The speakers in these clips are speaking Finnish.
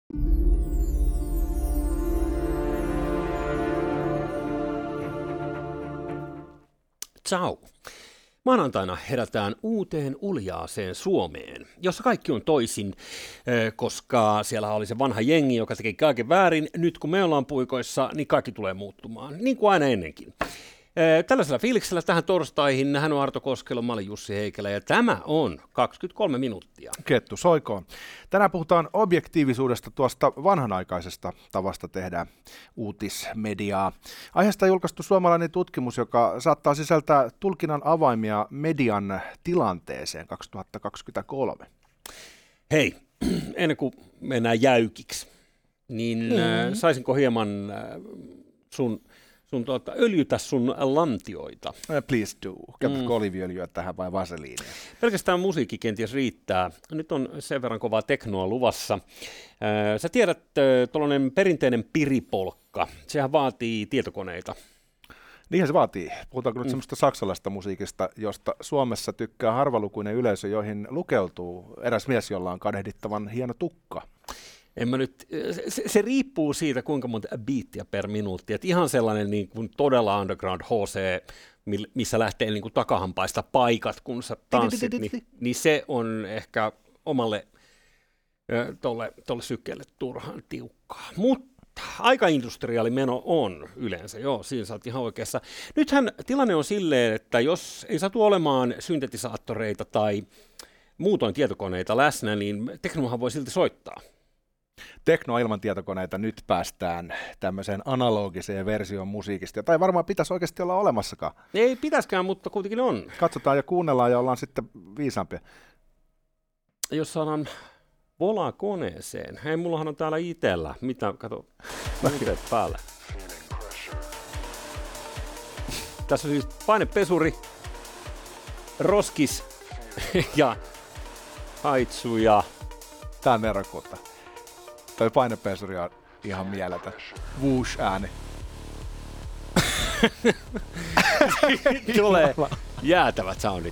Ciao. Maanantaina herätään uuteen uljaaseen Suomeen, jossa kaikki on toisin, koska siellä oli se vanha jengi, joka teki kaiken väärin. Nyt kun me ollaan puikoissa, niin kaikki tulee muuttumaan, niin kuin aina ennenkin. Tällaisella fiiliksellä tähän torstaihin. Hän on Arto Koskelo, mä olen Jussi Heikelä ja tämä on 23 minuuttia. Kettu soikoon. Tänään puhutaan objektiivisuudesta, tuosta vanhanaikaisesta tavasta tehdä uutismediaa. Aiheesta on julkaistu suomalainen tutkimus, joka saattaa sisältää tulkinnan avaimia median tilanteeseen 2023. Hei, ennen kuin mennään jäykiksi, niin saisinko hieman öljytä sun lantioita? Please do. Käytätkö oliiviöljyä tähän vai vaseliinia? Pelkästään musiikki kenties riittää. Nyt on sen verran kovaa teknoa luvassa. Sä tiedät, tuollainen perinteinen piripolkka, sehän vaatii tietokoneita. Niinhän se vaatii. Puhutaanko nyt semmoista saksalaista musiikista, josta Suomessa tykkää harvalukuinen yleisö, joihin lukeutuu eräs mies, jolla on kadehdittavan hieno tukka. Se riippuu siitä, kuinka monta biittiä per minuutti. Et ihan sellainen niin kuin todella underground HC, missä lähtee niin kuin takahampaista paikat, kun sä tanssit, niin se on ehkä omalle tolle sykkeelle turhan tiukkaa. Mutta aika industriaali meno on yleensä, joo, siinä sä oot ihan oikeassa. Nythän tilanne on silleen, että jos ei satu olemaan syntetisaattoreita tai muutoin tietokoneita läsnä, niin teknohan voi silti soittaa. Tekno ilman tietokoneita, nyt päästään tämmöiseen analogiseen versioon musiikista, tai varmaan pitäisi oikeasti olla olemassakaan. Ei pitäisikään, mutta kuitenkin on. Katsotaan ja kuunnellaan ja ollaan sitten viisaampia. Jos saadaan volaa koneeseen. Hei, mullahan on täällä itsellä. Mitä, kato, laitteet päälle. Tässä on siis painepesuri, roskis ja haitsu ja... Tää on nerokkuutta. Toi painepesuri on ihan mieletön. Whoosh-ääni. Tulee jäätävät soundit.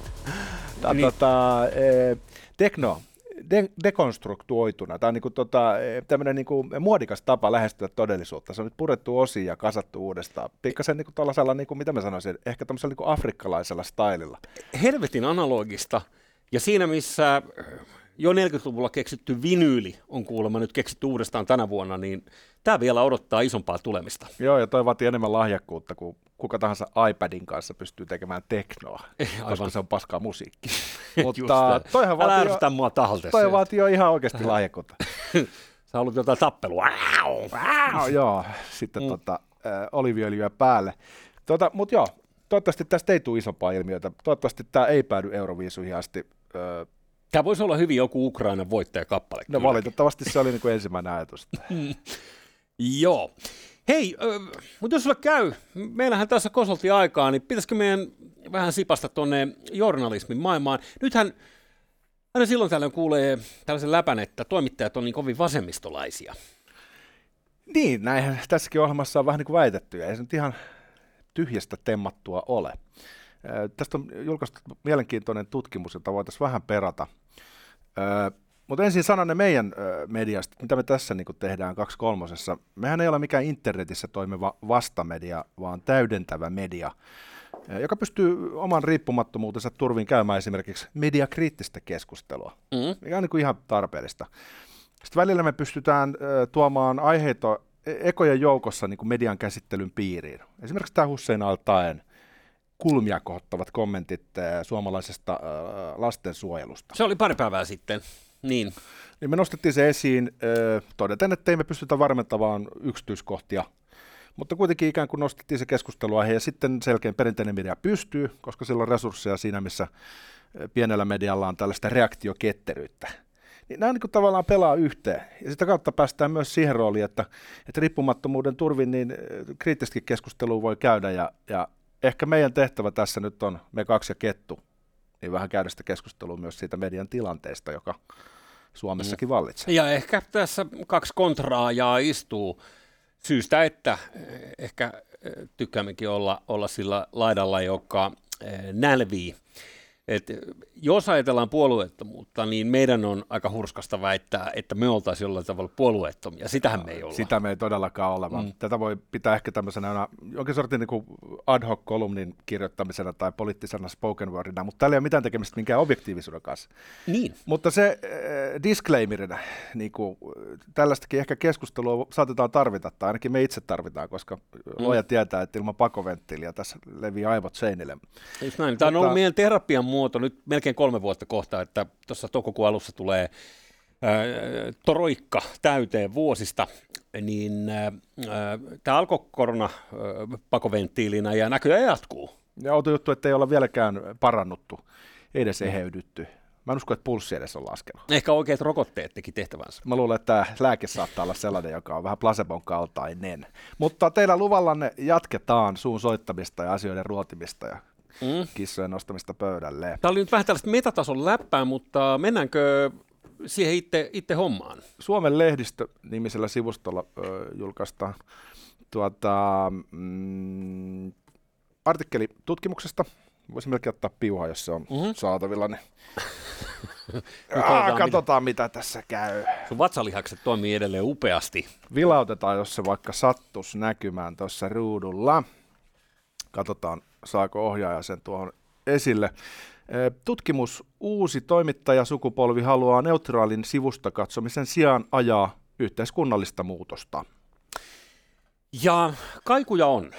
Tekno, dekonstruktuoituna. Tämä on niinku tämmöinen niinku muodikas tapa lähestyä todellisuutta. Se on nyt purettu osiin ja kasattu uudestaan. Pikkasen niinku tuollaisella, niinku, mitä mä sanoisin, ehkä tämmöisellä niinku afrikkalaisella stylilla. Helvetin analogista. Ja siinä, missä jo 40-luvulla keksitty vinyyli on kuulemma nyt keksitty uudestaan tänä vuonna, niin tämä vielä odottaa isompaa tulemista. Joo, ja toi vaatii enemmän lahjakkuutta, kuin kuka tahansa iPadin kanssa pystyy tekemään teknoa, koska se on paskaa musiikkia. Mutta toihan älä ärsytä mua tahalteessa. Toi vaatii jo ihan oikeasti lahjakkuutta. Sä haluat jotain tappelua. Joo, sitten oliiviöljyä päälle. Mutta joo, toivottavasti tästä ei tule isompaa ilmiötä. Toivottavasti tämä ei päädy Euroviisuihin asti. Tämä voisi olla hyvin joku Ukrainan voittajakappale. No valitettavasti se oli niin kuin ensimmäinen ajatus. Joo. Hei, mutta jos sulle käy, meillähän tässä kosolti aikaa, niin pitäisikö meidän vähän sipasta tuonne journalismin maailmaan? Nythän aina silloin tällöin kuulee tällaisen läpän, että toimittajat on niin kovin vasemmistolaisia. Niin, näinhän tässäkin ohjelmassa on vähän niin kuin väitetty, ja ei se nyt ihan tyhjästä temmattua ole. Tästä on julkaistu mielenkiintoinen tutkimus, jota voitaisiin vähän perata. Mutta ensin sananen meidän mediasta, mitä me tässä niin tehdään 2/3. Mehän ei ole mikään internetissä toimiva vastamedia, vaan täydentävä media, joka pystyy oman riippumattomuutensa turvin käymään esimerkiksi mediakriittistä keskustelua, mikä on niin ihan tarpeellista. Sitten välillä me pystytään tuomaan aiheita ekojen joukossa niin median käsittelyn piiriin. Esimerkiksi tämä Hussein al-Taeen kulmia kohottavat kommentit suomalaisesta lastensuojelusta. Se oli pari päivää sitten, niin. Niin me nostettiin se esiin, todeten, että ei me pystytä varmentamaan yksityiskohtia, mutta kuitenkin ikään kuin nostettiin se keskusteluaihe, ja sitten selkeän perinteinen media pystyy, koska sillä on resursseja siinä, missä pienellä medialla on tällaista reaktioketteryyttä. Niin nämä niin kuin tavallaan pelaa yhteen, ja sitä kautta päästään myös siihen rooliin, että riippumattomuuden turvin niin kriittistäkin keskustelua voi käydä, ja ehkä meidän tehtävä tässä nyt on, me kaksi ja Kettu, niin vähän käydä sitä keskustelua myös siitä median tilanteesta, joka Suomessakin vallitsee. Ja ehkä tässä kaksi kontraajaa istuu syystä, että ehkä tykkäämmekin olla sillä laidalla, joka nälvii Et jos ajatellaan puolueettomuutta, niin meidän on aika hurskasta väittää, että me oltaisiin jollain tavalla puolueettomia. Sitähän me ei olla. Sitä me ei todellakaan ole, vaan tätä voi pitää ehkä tämmöisenä jonkin sortin niin kuin ad hoc kolumnin kirjoittamisena tai poliittisena spoken wordina, mutta täällä ei ole mitään tekemistä minkään objektiivisuuden kanssa. Niin. Mutta se disclaimerina, niin kuin, tällaistakin ehkä keskustelua saatetaan tarvita, tai ainakin me itse tarvitaan, koska luoja tietää, että ilman pakoventtiiliä tässä levii aivot seinille. Just näin. Tämä on ollut meidän terapian muoto nyt melkein 3 vuotta kohta, että tuossa toukokuun alussa tulee toroikka täyteen vuosista, niin tämä alkoi koronapakoventtiilinä ja näköjään jatkuu. Ja outo juttu, että ei olla vieläkään parannuttu, ei edes eheydytty. Mä en usko, että pulssi edes on laskenut. Ehkä oikeat rokotteet teki tehtävänsä. Mä luulen, että tämä lääke saattaa olla sellainen, joka on vähän placebon kaltainen. Mutta teillä luvallanne jatketaan suun soittamista ja asioiden ruotimista ja kissojen nostamista pöydälle. Tämä oli nyt vähän tällaista metatason läppää, mutta mennäänkö siihen itse hommaan? Suomen lehdistö-nimisellä sivustolla julkaistaan artikkeli tutkimuksesta. Voisin melkein ottaa piuhaa, jos se on saatavilla. Niin. Katsotaan, mitä tässä käy. Sun vatsalihakset toimii edelleen upeasti. Vilautetaan, jos se vaikka sattuisi näkymään tuossa ruudulla. Katsotaan, saako ohjaaja sen tuohon esille. Tutkimus: uusi toimittajasukupolvi haluaa neutraalin sivusta katsomisen sijaan ajaa yhteiskunnallista muutosta. Ja kaikuja on.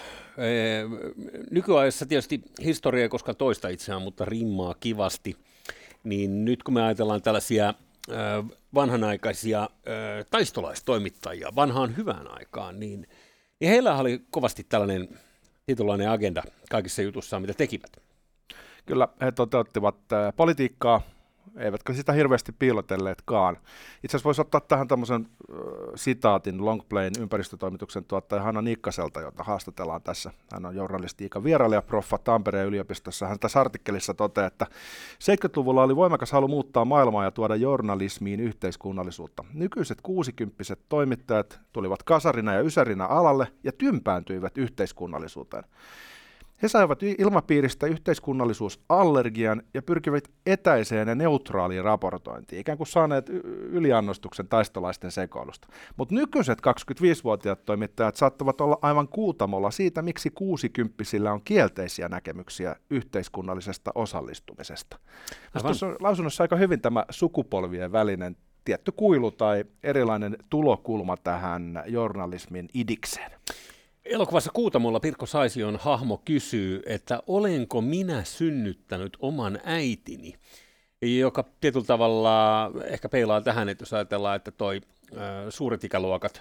Nykyajassa tietysti historia ei koskaan toista itseään, mutta rimmaa kivasti. Niin nyt kun me ajatellaan tällaisia vanhanaikaisia taistolaistoimittajia vanhaan hyvään aikaan, niin heillä oli kovasti tällainen tietynlainen agenda kaikissa jutussaan, mitä tekivät. Kyllä, he toteuttivat politiikkaa, eivätkä sitä hirveästi piilotelleetkaan. Itse asiassa voisi ottaa tähän tämmöisen sitaatin Longplayn ympäristötoimituksen tuottaja Hanna Nikkaselta, jota haastatellaan tässä. Hän on journalistiikan vierailija proffa Tampereen yliopistossa. Hän tässä artikkelissa toteaa, että 70-luvulla oli voimakas halu muuttaa maailmaa ja tuoda journalismiin yhteiskunnallisuutta. Nykyiset 60-vuotiaat toimittajat tulivat kasarina ja ysärinä alalle ja tympääntyivät yhteiskunnallisuuteen. He saivat ilmapiiristä yhteiskunnallisuusallergian ja pyrkivät etäiseen ja neutraaliin raportointiin, ikään kuin saaneet yliannostuksen taistolaisten sekoilusta. Mutta nykyiset 25-vuotiaat toimittajat saattavat olla aivan kuutamolla siitä, miksi 60-vuotiailla on kielteisiä näkemyksiä yhteiskunnallisesta osallistumisesta. Tuossa on lausunnossa aika hyvin tämä sukupolvien välinen tietty kuilu tai erilainen tulokulma tähän journalismin idikseen. Elokuvassa Kuutamolla Pirkko Saision hahmo kysyy, että olenko minä synnyttänyt oman äitini, joka tietyllä tavalla ehkä peilaa tähän, että jos ajatellaan, että toi suuret ikäluokat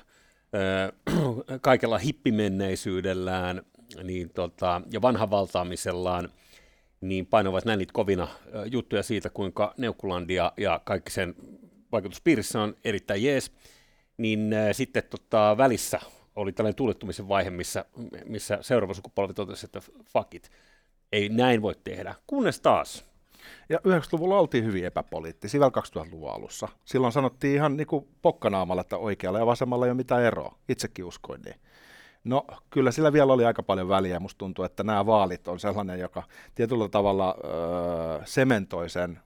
kaikella hippimenneisyydellään niin ja vanhan valtaamisellaan niin painavat nännit kovina juttuja siitä, kuinka Neukkulandia ja kaikki sen vaikutuspiirissä on erittäin jees, niin sitten välissä oli tällainen tuulettumisen vaihe, missä seuraava sukupolvi totesi, että fuck it, ei näin voi tehdä, kunnes taas. Ja 90-luvulla oltiin hyvin epäpoliittisia, vielä 2000-luvun alussa. Silloin sanottiin ihan niin kuin pokkanaamalla, että oikealla ja vasemmalla ei ole mitään eroa. Itsekin uskoin niin. No kyllä sillä vielä oli aika paljon väliä. Musta tuntuu, että nämä vaalit on sellainen, joka tietyllä tavalla sementoi sen,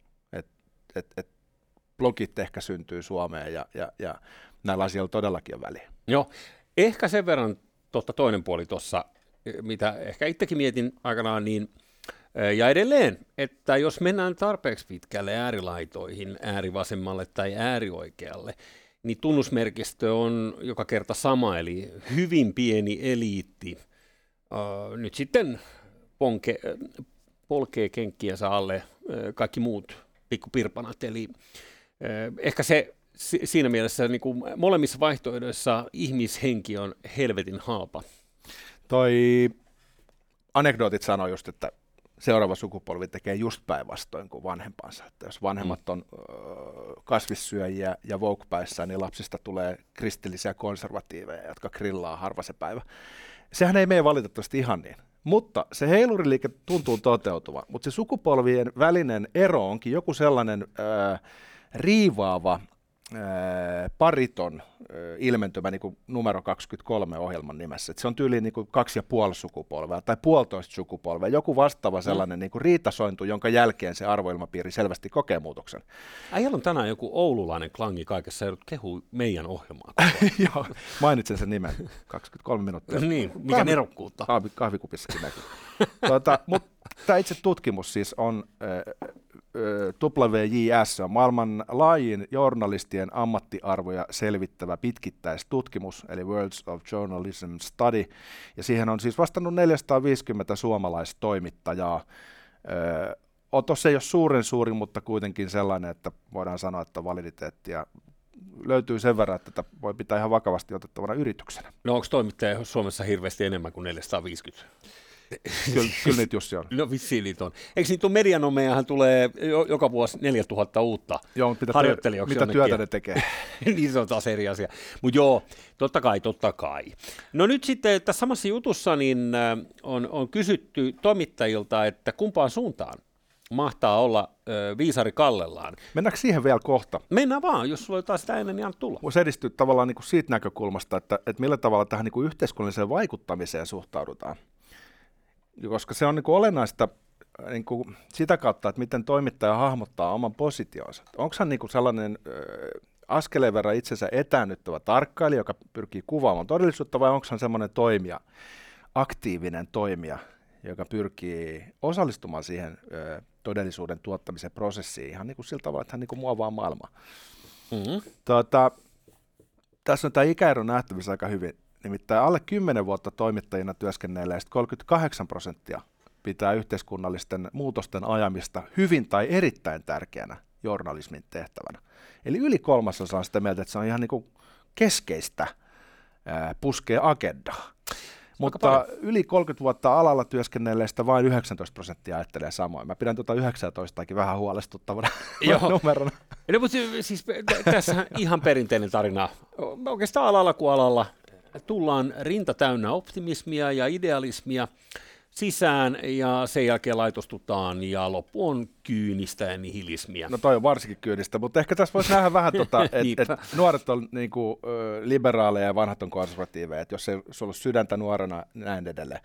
että blogit ehkä syntyy Suomeen ja näillä asioilla todellakin on väliä. Joo, ehkä sen verran toinen puoli tuossa, mitä ehkä itsekin mietin aikanaan, niin, ja edelleen, että jos mennään tarpeeksi pitkälle äärilaitoihin, äärivasemmalle tai äärioikealle, niin tunnusmerkistö on joka kerta sama, eli hyvin pieni eliitti. Nyt sitten polkee kenkkiänsä alle kaikki muut pikkupirpanat, eli ehkä se siinä mielessä niin kuin molemmissa vaihtoehdoissa ihmishenki on helvetin halpa. Toi anekdootit sanoo just, että seuraava sukupolvi tekee just päinvastoin kuin vanhempansa. Että jos vanhemmat on kasvissyöjiä ja woke-päissä, niin lapsista tulee kristillisiä konservatiiveja, jotka grillaa harva se päivä. Sehän ei mene valitettavasti ihan niin. Mutta se heiluriliike tuntuu toteutuvan. Mutta se sukupolvien välinen ero onkin joku sellainen riivaava pariton ilmentymä niin kuin numero 23 ohjelman nimessä. Et se on tyyliin niin kuin 2,5 sukupolvea tai 1,5 sukupolvea, joku vastaava sellainen niin kuin riitasointu, jonka jälkeen se arvoilmapiiri selvästi kokee muutoksen. Äijällä on tänään joku oululainen klangi kaikessa, joudut kehuu meidän ohjelmaa. Joo, mainitsen sen nimen. 23 minuuttia. Niin, mikä nerokkuutta. Kahvikupissakin näkyy. Mutta tämä itse tutkimus siis on WJS, on maailman laajin journalistien ammattiarvoja selvittävä pitkittäistutkimus, eli Worlds of Journalism Study, ja siihen on siis vastannut 450 suomalaistoimittajaa. Otos ei ole suurin, mutta kuitenkin sellainen, että voidaan sanoa, että validiteettia löytyy sen verran, että tätä voi pitää ihan vakavasti otettavana yrityksenä. No onko toimittajia Suomessa hirveästi enemmän kuin 450? Kyllä niitä Jussi on. No vissiin niitä on. Eikö niitä medianomejahan tulee joka vuosi 4000 uutta harjoittelijoiksi? Mitä työtä ne tekee? Niin se on taas eri asia. Mutta joo, totta kai. No nyt sitten tässä samassa jutussa niin on kysytty toimittajilta, että kumpaan suuntaan mahtaa olla viisari kallellaan. Mennäänkö siihen vielä kohta? Mennään vaan, jos sulla on jotain sitä ennen, niin anna tulla. Voisi edistyä tavallaan niin kuin siitä näkökulmasta, että millä tavalla tähän niin kuin yhteiskunnalliseen vaikuttamiseen suhtaudutaan. Koska se on niin kuin olennaista niin kuin sitä kautta, että miten toimittaja hahmottaa oman positionsa. Onko hän niin kuin sellainen askeleen verran itsensä etäännyttävä tarkkailija, joka pyrkii kuvaamaan todellisuutta, vai onko hän semmoinen toimija, aktiivinen toimija, joka pyrkii osallistumaan siihen todellisuuden tuottamisen prosessiin ihan niin kuin sillä tavalla, että hän niin kuin muovaa maailmaa. Mm-hmm. Tässä on tämä ikäero nähtävissä aika hyvin. Nimittäin alle 10 vuotta toimittajina työskennelleistä 38% pitää yhteiskunnallisten muutosten ajamista hyvin tai erittäin tärkeänä journalismin tehtävänä. Eli yli 1/3 on sitä mieltä, että se on ihan niin kuin keskeistä puskea agendaa. Mutta yli 30 vuotta alalla työskennelleistä vain 19% ajattelee samoin. Mä pidän 19 vähän huolestuttavana numerona. No, mutta siis tässä ihan perinteinen tarina. Oikeastaan alalla kuin alalla tullaan rinta täynnä optimismia ja idealismia sisään ja sen jälkeen laitostutaan ja loppu on kyynistä ja nihilismiä. No toi on varsinkin kyynistä, mutta ehkä tässä voisi nähdä vähän, että nuoret on niinku, liberaaleja ja vanhat on konservatiiveja, että jos ei sulla ole sydäntä nuorena, näin edelleen.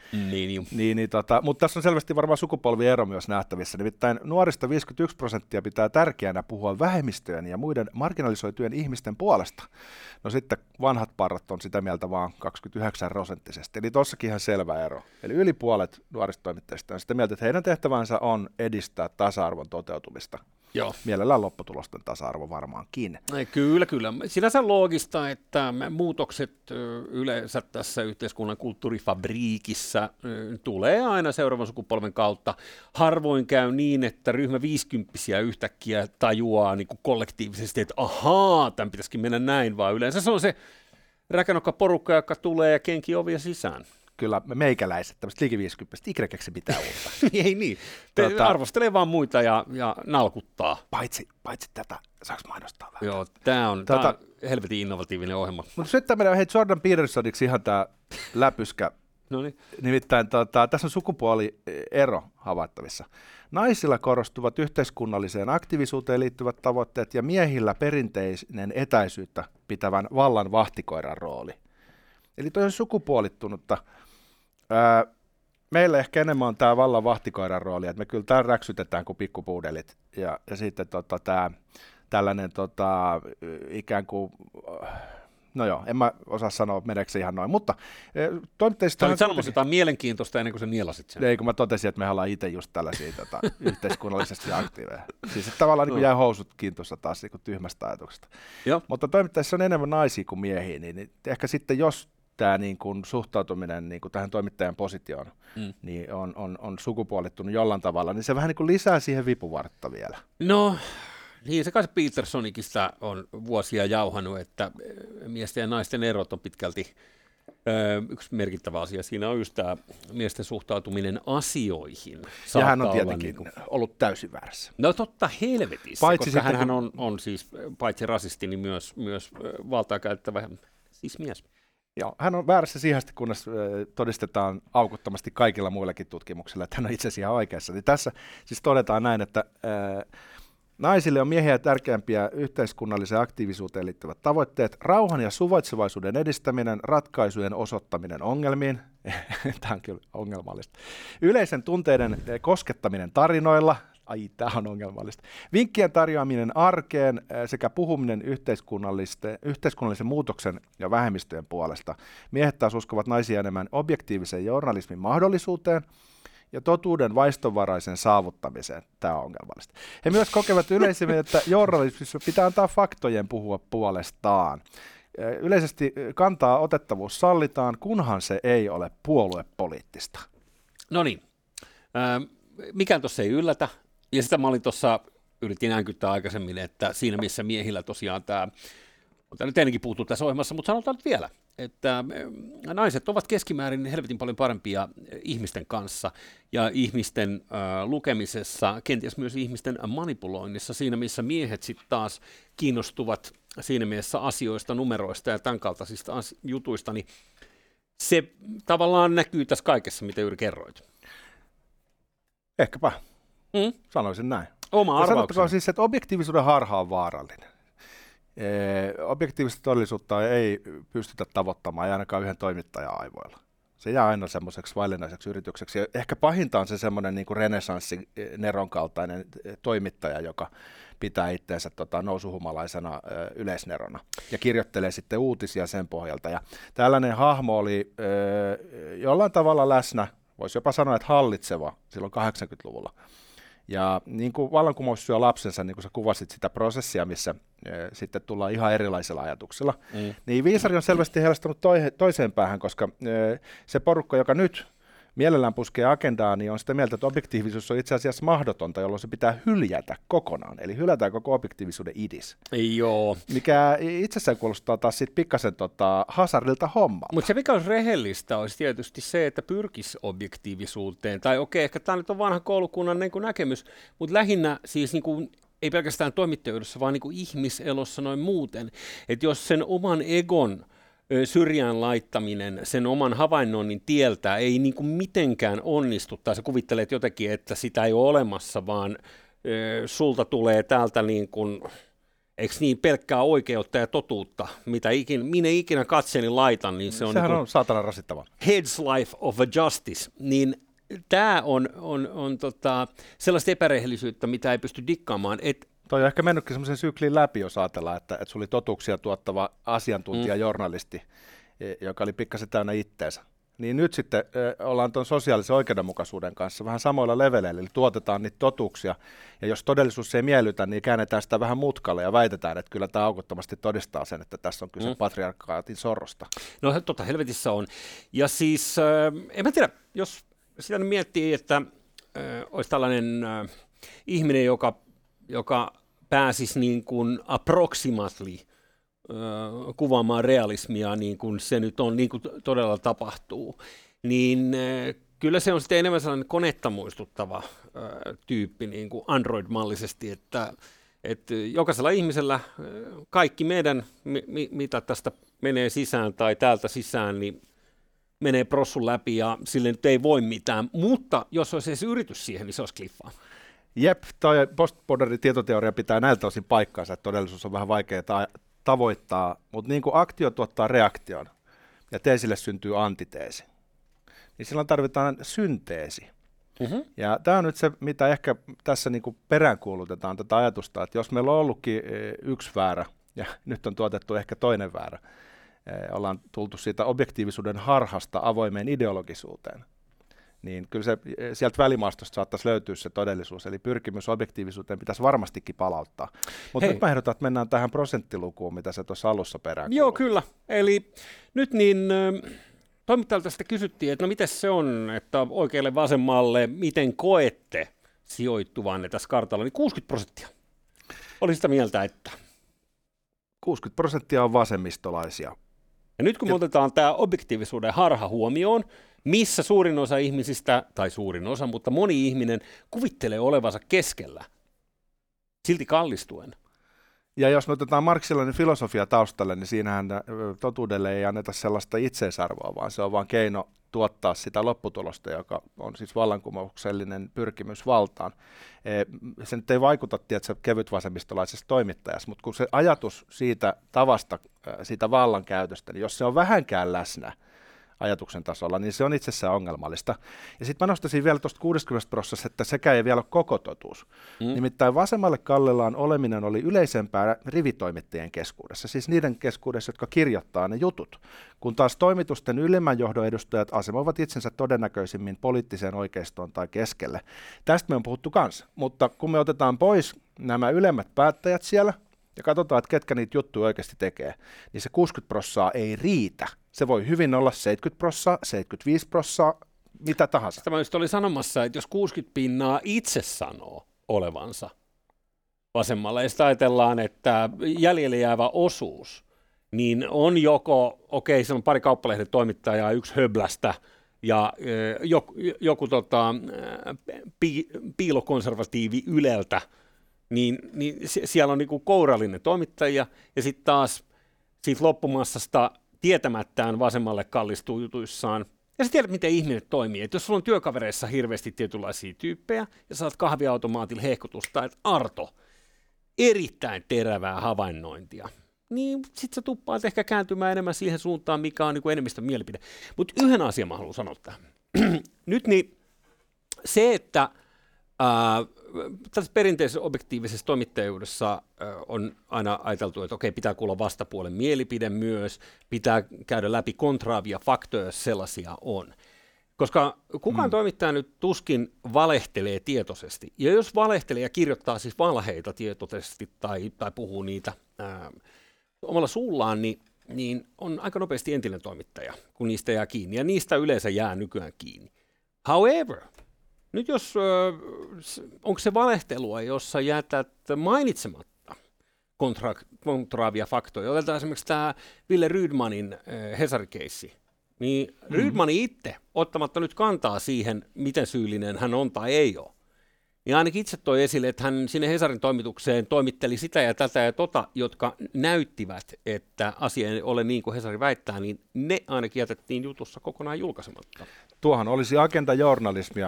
Mutta tässä on selvästi varmaan sukupolviero myös nähtävissä, nimittäin nuorista 51% pitää tärkeänä puhua vähemmistöjen ja muiden marginalisoitujen ihmisten puolesta. No sitten vanhat parrat on sitä mieltä vaan 29%, eli tossakin ihan selvä ero. Eli yli puolet nuorista toimittajista on sitä mieltä, että heidän tehtävänsä on edistää tasa-arvon toteutumista. Joo. Mielellään lopputulosten tasa-arvo varmaankin. Kyllä. Sinänsä loogista, että muutokset yleensä tässä yhteiskunnan kulttuurifabriikissa tulee aina seuraavan sukupolven kautta. Harvoin käy niin, että ryhmä 50-vuotiaita yhtäkkiä tajuaa niin kuin kollektiivisesti, että ahaa, tämän pitäisikin mennä näin, vaan yleensä se on se räkänokka porukka, joka tulee ja kenkii ovia sisään. Kyllä meikäläiset, tämmöiset liike 50, ikäkeksi pitää uutta. Ei niin, arvostelee vaan muita ja nalkuttaa. Paitsi tätä, saanko mainostaa vähän? Joo, tämä on helvetin innovatiivinen ohjelma. Mutta sitten menee Jordan Petersoniksi ihan tämä läpyskä. Noniin. Nimittäin tässä on sukupuoliero havaittavissa. Naisilla korostuvat yhteiskunnalliseen aktiivisuuteen liittyvät tavoitteet ja miehillä perinteinen etäisyyttä pitävän vallan vahtikoiran rooli. Eli toi on sukupuolittunutta. Meillä ehkä enemmän on tämä vallan vahtikoiran rooli, että me kyllä täällä räksytetään kuin pikkupuudelit. Ja sitten tämä tällainen ikään kuin, no joo, en mä osaa sanoa, meneekö se ihan noin, mutta toimittajista... Olit sanomassa jotain mielenkiintoista ennen kuin sä nielasit sen. Ei, kun mä totesin, että me ollaan itse just tällaisia yhteiskunnallisesti aktiiveja. Siis että tavallaan niin jää housut kiintossa taas niin tyhmästä ajatuksesta. Joo. Mutta toimittajissa on enemmän naisia kuin miehiä, niin ehkä sitten jos tämä niin kuin suhtautuminen niin kuin tähän toimittajan positioon niin on sukupuolittunut jollain tavalla, niin se vähän niin kuin lisää siihen vipuvartta vielä. No, niin se kai Petersonikista on vuosia jauhannut, että miesten ja naisten erot on pitkälti yksi merkittävä asia. Siinä on just tämä miesten suhtautuminen asioihin. Ja hän on tietenkin ollut täysin väärässä. No totta helvetissä, koska hän on siis paitsi rasisti, niin myös valtaa käyttävä siis mies. Joo, hän on väärässä siihen asti, kunnes todistetaan aukottomasti kaikilla muillakin tutkimuksilla, että hän on itse asiassa ihan oikeassa. Niin tässä siis todetaan näin, että Naisille on miehiä tärkeämpiä yhteiskunnalliseen aktiivisuuteen liittyvät tavoitteet, rauhan ja suvaitsevaisuuden edistäminen, ratkaisujen osoittaminen ongelmiin, tämä on kyllä ongelmallista, yleisen tunteiden koskettaminen tarinoilla, tämä on ongelmallista, vinkkien tarjoaminen arkeen sekä puhuminen yhteiskunnallisen muutoksen ja vähemmistöjen puolesta. Miehet taas uskovat naisia enemmän objektiivisen journalismin mahdollisuuteen, ja totuuden vaistonvaraisen saavuttamiseen. Tämä on ongelmallista. He myös kokevat yleisemmin, että journalismissa pitää antaa faktojen puhua puolestaan. Yleisesti kantaa otettavuus sallitaan, kunhan se ei ole puoluepoliittista. No niin, mikään tuossa ei yllätä. Ja sitä mä olin tuossa, yritin änkyttää aikaisemmin, että siinä missä miehillä tosiaan tämä nyt ennenkin puhuttu tässä ohjelmassa, mutta sanotaan nyt vielä, että naiset ovat keskimäärin helvetin paljon parempia ihmisten kanssa ja ihmisten lukemisessa, kenties myös ihmisten manipuloinnissa, siinä missä miehet sitten taas kiinnostuvat siinä mielessä asioista, numeroista ja tämän kaltaisista jutuista, niin se tavallaan näkyy tässä kaikessa, mitä juuri kerroit. Ehkäpä, sanoisin näin. Oma arvaukseni. Sanottakoon siis, että objektiivisuuden harha on vaarallinen. Objektiivista todellisuutta ei pystytä tavoittamaan, ei ainakaan yhden toimittajan aivoilla. Se jää aina semmoiseksi vaillinaiseksi yritykseksi. Ja ehkä pahinta on se semmoinen niin kuin renesanssi Neron kaltainen toimittaja, joka pitää itseensä nousuhumalaisena yleisnerona ja kirjoittelee sitten uutisia sen pohjalta. Ja tällainen hahmo oli jollain tavalla läsnä, voisi jopa sanoa, että hallitseva silloin 80-luvulla. Ja niin kuin vallankumous syö lapsensa, niin kuin sä kuvasit sitä prosessia, missä sitten tullaan ihan erilaisilla ajatuksilla, niin Viisari on selvästi heillastunut toiseen päähän, koska se porukka, joka nyt mielellään puskee agendaa, niin on sitä mieltä, että objektiivisuus on itse asiassa mahdotonta, jolloin se pitää hyljätä kokonaan, eli hylätään koko objektiivisuuden idis. Joo. Mikä itsessään kuulostaa taas sitten pikkasen hazardilta hommaa. Mutta se mikä olisi rehellistä olisi tietysti se, että pyrkisi objektiivisuuteen, tai okei, ehkä tämä nyt on vanha koulukunnan niin kuin näkemys, mutta lähinnä siis niin kuin ei pelkästään toimittajuudessa, vaan niin kuin ihmiselossa noin muuten, että jos sen oman egon syrjään laittaminen sen oman havainnoinnin tieltä ei niin kuin mitenkään onnistu, tai sä kuvittelet jotenkin, että sitä ei ole olemassa, vaan sulta tulee täältä niin kuin, eikö niin, pelkkää oikeutta ja totuutta, minä ikinä katseeni laitan, niin se on, sehän niin kuin on saatana rasittava. Head's life of a justice, niin tämä on sellaista epärehellisyyttä, mitä ei pysty dikkaamaan, Toi on ehkä mennytkin semmoisen syklin läpi, jos ajatellaan, että sulla oli totuuksia tuottava asiantuntija-journalisti, joka oli pikkasen täynnä itteensä. Niin nyt sitten ollaan tuon sosiaalisen oikeudenmukaisuuden kanssa vähän samoilla leveleillä, eli tuotetaan niitä totuuksia, ja jos todellisuus ei miellytä, niin käännetään sitä vähän mutkalle ja väitetään, että kyllä tämä aukottomasti todistaa sen, että tässä on kyse patriarkaatin sorrosta. No helvetissä on. Ja siis, en mä tiedä, jos sitä miettii, että olisi tällainen ihminen, joka pääsisi niin kuin approximately kuvaamaan realismia niin kuin se nyt on, niin kuin todella tapahtuu, niin kyllä se on sitten enemmän sellainen konetta muistuttava tyyppi niin kuin Android-mallisesti, että jokaisella ihmisellä kaikki meidän, mitä tästä menee sisään tai täältä sisään, niin menee prossun läpi ja sille nyt ei voi mitään, mutta jos olisi edes yritys siihen, niin se olisi kliffaa. Jep, toi postmoderni tietoteoria pitää näiltä osin paikkaansa, että todellisuus on vähän vaikea tavoittaa, mutta niin kuin aktio tuottaa reaktion ja teesille syntyy antiteesi, niin silloin tarvitaan synteesi. Ja tämä on nyt se, mitä ehkä tässä niin kuin peräänkuulutetaan tätä ajatusta, että jos meillä on ollutkin yksi väärä ja nyt on tuotettu ehkä toinen väärä, ollaan tultu siitä objektiivisuuden harhasta avoimeen ideologisuuteen, niin kyllä se sieltä välimaastosta saattaisi löytyä se todellisuus, eli pyrkimys objektiivisuuteen pitäisi varmastikin palauttaa. Mutta nyt mä ehdotan, että mennään tähän prosenttilukuun, mitä se tuossa alussa perään. Joo, kyllä. Eli nyt niin toimittajalta sitä kysyttiin, että no miten se on, että oikealle vasemmalle, miten koette sijoittuvanne tässä kartalla, niin 60% oli sitä mieltä, että 60% on vasemmistolaisia. Ja nyt kun me otetaan tämä objektiivisuuden harha huomioon, missä suurin osa ihmisistä, tai suurin osa, mutta moni ihminen kuvittelee olevansa keskellä, silti kallistuen. Ja jos me otetaan marxilainen filosofia taustalle, niin siinähän totuudelle ei anneta sellaista itseisarvoa, vaan se on vain keino tuottaa sitä lopputulosta, joka on siis vallankumouksellinen pyrkimys valtaan. Se nyt ei vaikuta, tiedätkö, kevytvasemmistolaisessa toimittajassa, mutta kun se ajatus siitä tavasta, siitä vallankäytöstä, niin jos se on vähänkään läsnä ajatuksen tasolla, niin se on itsessään ongelmallista. Ja sitten mä nostaisin vielä tuosta 60%, että sekään ei vielä ole koko totuus. Nimittäin vasemmalle kallellaan oleminen oli yleisempää rivitoimittajien keskuudessa, siis niiden keskuudessa, jotka kirjoittaa ne jutut, kun taas toimitusten ylimmän johdon edustajat asemoivat itsensä todennäköisimmin poliittiseen oikeistoon tai keskelle. Tästä me on puhuttu kanssa, mutta kun me otetaan pois nämä ylemmät päättäjät siellä, ja katsotaan, että ketkä niitä juttuja oikeasti tekee, niin se 60% ei riitä. Se voi hyvin olla 70%, 75%, mitä tahansa. Sitä mä just olin sanomassa, että jos 60% itse sanoo olevansa vasemmalla, ja sitten ajatellaan, että jäljelle jäävä osuus, niin on joko, se on pari kauppalehden toimittajaa, yksi höblästä, ja joku piilokonservatiivi Yleltä, niin siellä on niinku kourallinen toimittajia, ja sitten taas siitä loppumassasta tietämättään vasemmalle kallistuu jutuissaan. Ja sä tiedät, miten ihminen toimii. Et jos sulla on työkavereissa hirveästi tietynlaisia tyyppejä, ja saat kahviautomaatilla hehkutusta, että Arto, erittäin terävää havainnointia, niin sit sä tuppaat ehkä kääntymään enemmän siihen suuntaan, mikä on niinku enemmistön mielipide. Mutta yhden asian mä haluan sanoa tähän. Nyt niin se, että tässä perinteisessä objektiivisessa toimittajuudessa on aina ajateltu, että okei, pitää kuulla vastapuolen mielipide myös, pitää käydä läpi kontraavia faktoja, jos sellaisia on. Koska kukaan toimittaja nyt tuskin valehtelee tietoisesti. Ja jos valehtelee ja kirjoittaa siis valheita tietoisesti tai puhuu niitä omalla suullaan, niin on aika nopeasti entinen toimittaja, kun niistä jää kiinni. Ja niistä yleensä jää nykyään kiinni. However, nyt jos, onko se valehtelua, jossa jätät mainitsematta kontraavia faktoja, otetaan esimerkiksi tämä Ville Rydmanin Hesari-keissi, niin Rydman itse, ottamatta nyt kantaa siihen, miten syyllinen hän on tai ei ole, niin ainakin itse toi esille, että hän sinne Hesarin toimitukseen toimitteli sitä ja tätä ja tota, jotka näyttivät, että asia ei ole niin kuin Hesari väittää, niin ne ainakin jätettiin jutussa kokonaan julkaisematta. Tuohan olisi agendajournalismia.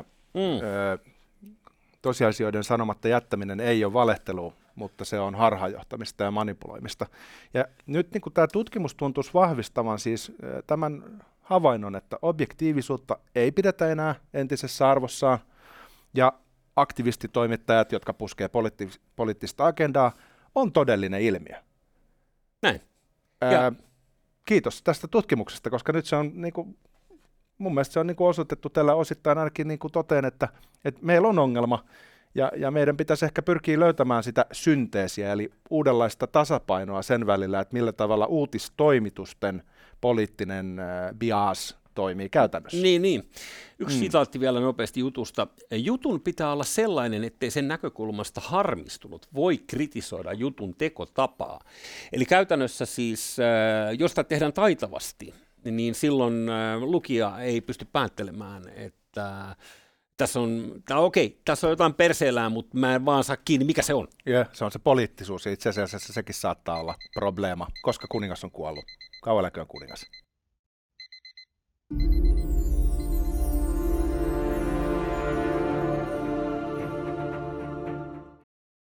Tosiasioiden sanomatta jättäminen ei ole valehtelua, mutta se on harhaanjohtamista ja manipuloimista. Ja nyt niin tämä tutkimus tuntuisi vahvistavan siis tämän havainnon, että objektiivisuutta ei pidetä enää entisessä arvossaan, ja aktivistitoimittajat, jotka puskee poliittista agendaa, on todellinen ilmiö. Näin. Kiitos tästä tutkimuksesta, koska nyt se on mun mielestä se on osoitettu tällä osittain ainakin toteen, että meillä on ongelma, ja meidän pitäisi ehkä pyrkiä löytämään sitä synteesiä, eli uudenlaista tasapainoa sen välillä, että millä tavalla uutistoimitusten poliittinen bias toimii käytännössä. Niin. Yksi sitaatti vielä nopeasti jutusta. Jutun pitää olla sellainen, ettei sen näkökulmasta harmistunut voi kritisoida jutun tekotapaa. Eli käytännössä siis, jos sitä tehdään taitavasti, niin silloin lukija ei pysty päättelemään, että tässä on jotain perseellään, mutta mä en vaan saa kiinni, mikä se on. Ja se on se poliittisuus, ja itse asiassa sekin saattaa olla probleema, koska kuningas on kuollut. Kauan eläköön kuningas.